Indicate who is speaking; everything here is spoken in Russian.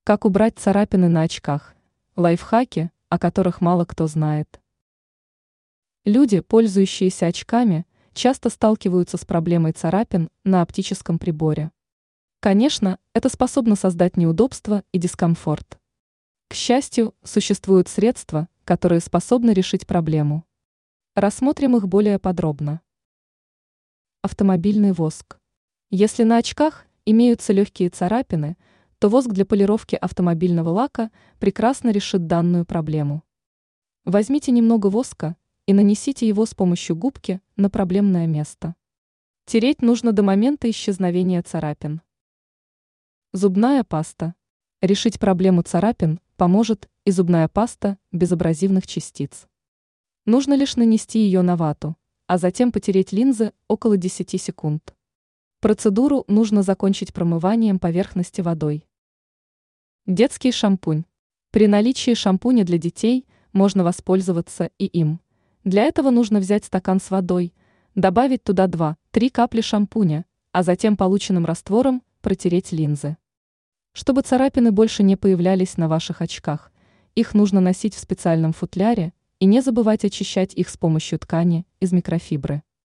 Speaker 1: Как убрать царапины на очках? Лайфхаки, о которых мало кто знает. Люди, пользующиеся очками, часто сталкиваются с проблемой царапин на оптическом приборе. Конечно, это способно создать неудобства и дискомфорт. К счастью, существуют средства, которые способны решить проблему. Рассмотрим их более подробно. Автомобильный воск. Если на очках имеются легкие царапины, то воск для полировки автомобильного лака прекрасно решит данную проблему. Возьмите немного воска и нанесите его с помощью губки на проблемное место. Тереть нужно до момента исчезновения царапин. Зубная паста. Решить проблему царапин поможет и зубная паста без абразивных частиц. Нужно лишь нанести ее на вату, а затем потереть линзы около 10 секунд. Процедуру нужно закончить промыванием поверхности водой. Детский шампунь. При наличии шампуня для детей можно воспользоваться и им. Для этого нужно взять стакан с водой, добавить туда 2-3 капли шампуня, а затем полученным раствором протереть линзы. Чтобы царапины больше не появлялись на ваших очках, их нужно носить в специальном футляре и не забывать очищать их с помощью ткани из микрофибры.